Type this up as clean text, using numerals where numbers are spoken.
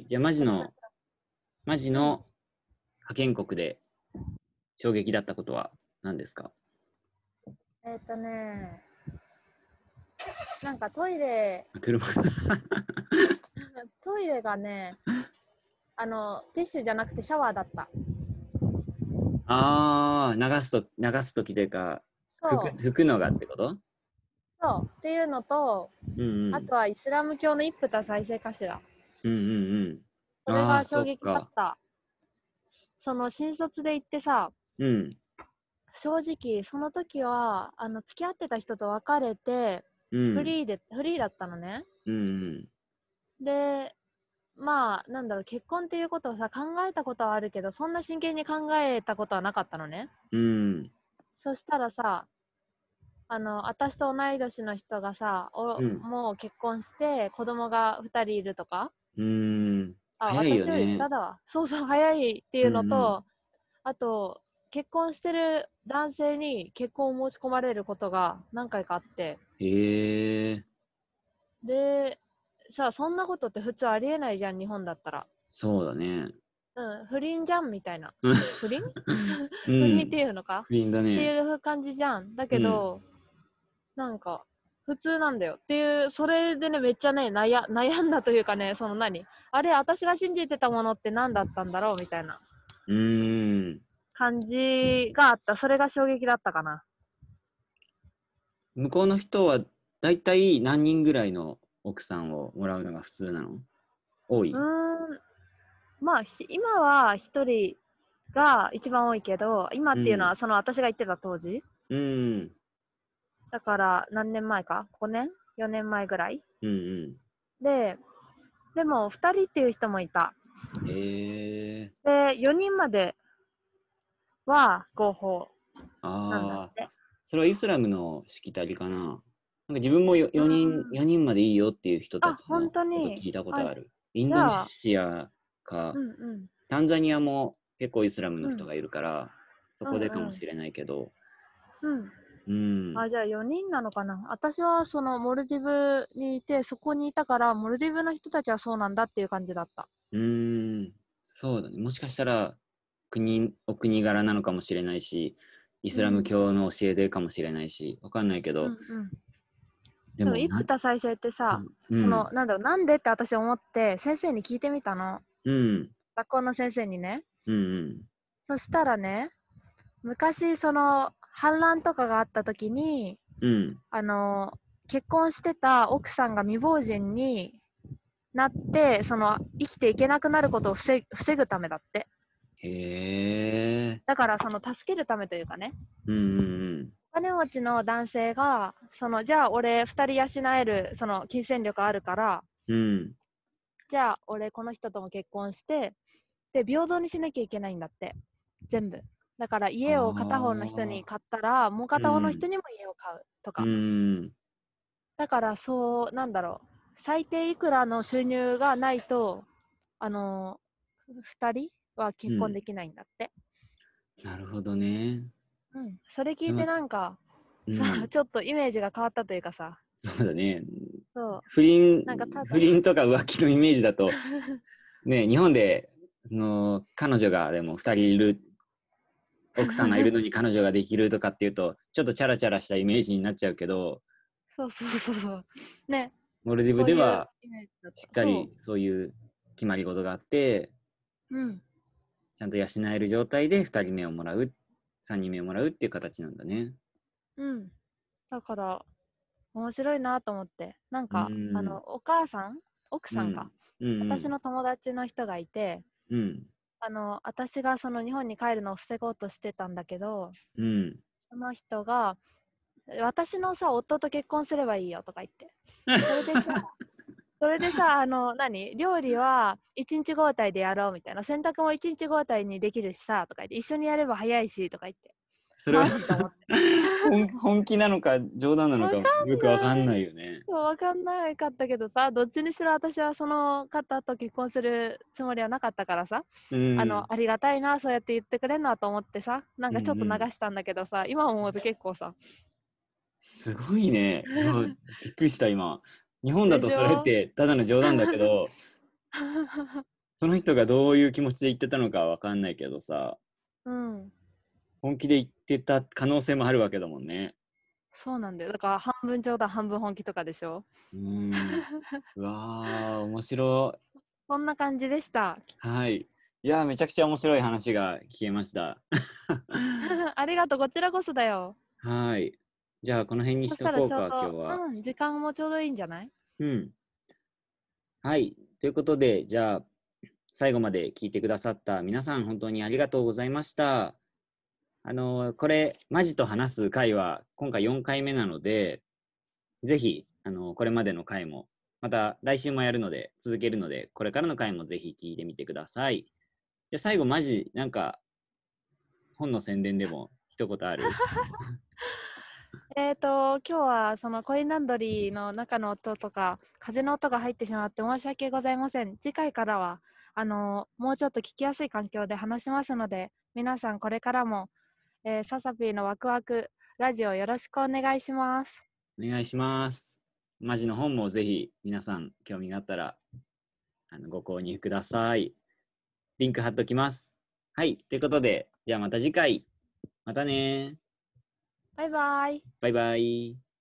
じゃあマジの派遣国で衝撃だったことは何ですか？ えっとね、なんかトイレ、 車。 トイレがね、ティッシュじゃなくてシャワーだった。 ああ、流すときというか、 そう、 拭くのがってこと？ そう。っていうのと、 うんうん。 あとはイスラム教の一夫多妻制かしら。 うんうんうん。 それああ、 が衝撃だっそっか。 た。新卒で行ってさ、 うん。 正直、その時は、付き合ってた人と別れて、 うん。 フリーだったのね。 うんで、まあ、なんだろう、結婚っていうことをさ、考えたことはあるけど、そんな真剣に考えたことはなかったのね。 うん。うん。 そしたらさ、私と同い年の人がさ、 うん。 もう結婚して子供が2人いるとか、 うん。 あ、 早いよ私よりね。 下だわ。そうそう、早いっていううんうん。 のと、あと、結婚してる男性に結婚を申し込まれることが何回かあって、 へえ、 で、さ、そんなことって普通ありえないじゃん、日本だったら。 そうだね。 うん、不倫じゃんみたいな。 うん。 不倫う不倫ってん。 いうのか不倫だってね。 いう感じじゃん。だうん。 けど、なんか、普通なんだよっていう、それでね、めっちゃね、悩んだというかね、あれ、私が信じてたものって何だったんだろうみたいなうーん。 感じがあった。それが衝撃だったかな。 向こうの人はだいたい何人ぐらいの奥さんをもらうのが普通なの？多うい？ ーん、まあ、今は一人が一番多いけど、今うん。 っていうのはその私が言ってた当時うん。 だから何年前か ?5 年 ?4 年前ぐらいうんうん。 で、でも2人っていう人もいた。 へえ。 で、4人までは合法なんだっああ、 て。 それはイスラムのしきたりかな。なんか自分もうー 4 ん。 人までいいよっていう人たあ、 ちの本当に。 こと聞いたことあ、 ある。インドネじゃあ、 シアか、 うんうん。 タンザニアも結構イスラムのうん。 人がいるから、そうんこでかうん。 もしれないけど、 うん。 うん、 あ、じゃあ4人なのかな。私はそのモルディブにいて、そこにいたから、モルディブの人たちはそうなんだっていう感じだった。 うーん、そうだね。もしかしたらお国柄なのかもしれないし、イスラムうん。 教の教えでかもしれないし、わかんないけど、 うんうん。でもでも一夫多妻制ってさ、 うん、 なんだろう、なんでって私思って先生に聞いてみたの。 うん、 学校の先生にね。 うん、 そしたらね、昔反乱とかがあった時に、 うん、 あの、結婚してた奥さんが未亡人になって、生きていけなくなることを防ぐためだって。 へえ、 だから、助けるためというかね、 うん、うん、 お金持ちの男性が、じゃあ俺二人養える、金銭力あるから、 うん、 じゃあ俺この人とも結婚して、で、平等にしなきゃいけないんだって。全部。だからあ家を片方の人にあ、 買ったら、もううん、 片方の人にも家を買うとうか。 ん、 だからなんだろう。最低いくらの収入がないと、あの、二人は結婚うん。 できないんだって。 なるほどね。 うん。それ聞いてでも、 なんか、さ、 うん、 ちょっとイメージが変わったというかさ、 そうだね。 そう。 不倫、 なんかただ、 不倫とか浮気のイメージだと、ね、日本で、彼女がでも2人いる、奥さんがいるのに彼女ができるとかっていうと、ちょっとチャラチャラしたイメージになっちゃうけど、 そうそうそうそう。ね、 モルディブそういうではイメージだった。 しっかそりそういう決まり事があって、 う。うん。 ちゃんと養える状態で2人目をもらう、3人目をもらうっていう形なんだね。 うん。だから、面白いなと思って。 うん、 お母さん奥うん、 さんか。 うん、 私の友達の人がいて、 うん、 私が日本に帰るのを防ごうとしてたんだけど、 うん、 その人が、私のさ、夫と結婚すればいいよとか言って。それでさ、料理は一日交代でやろうみたいな。洗濯も一日交代にできるしさ、とか言って、一緒にやれば早いし、とか言って。 それはマジと思って。 本気なのか冗談なのかわかんよくわかんない。 ないよね。 そうわかんないかったけどさ、どっちにしろ私はその方と結婚するつもりはなかったからさ、 うん、 ありがたいな、そうやって言ってくれんなと思ってさ、なんうん、 かちょっと流うん。 したんだけどさ、今思うと結構さ、 すごいね。いや、びっくりした今。日本だとそれっでしょ。 てただの冗談だけど、 その人がどういう気持ちで言ってたのかわかんないけどさ、 うん。 本気で言ってた可能性もあるわけだもんね。 そうなんだよ。だから半分冗談半分本気とかでしょ。 うーん。うわー、面白い。 そんな感じでした。 はい。いやー、めちゃくちゃ面白い話が聞けました。 ありがとう。こちらこそだよ。 はい。じゃあ、この辺にしそしたらとこうか、 ちょうど、 今日は。 時間もちょうどいいんじゃない？ うん。はい。ということで、じゃあ、最後まで聞いてくださった皆さん、本当にありがとうございました。これ、マジと話す回は、今回4回目なので、ぜひ、これまでの回も、また来週もやるので、続けるので、これからの回もぜひ聞いてみてください。で、最後、マジ、なんか、本の宣伝でも一言ある？ 今日はそのコインランドリーの中の音とか、風の音が入ってしまって申し訳ございません。次回からは、もうちょっと聞きやすい環境で話しますので、皆さんこれからも、ササピーのワクワクラジオよろしくお願いします。 お願いします。マジの本もぜひ、皆さん、興味があったら、ご購入ください。リンク貼っときます。はい。ということで、じゃあまた次回。またね。 バイバイ。 バイバイ。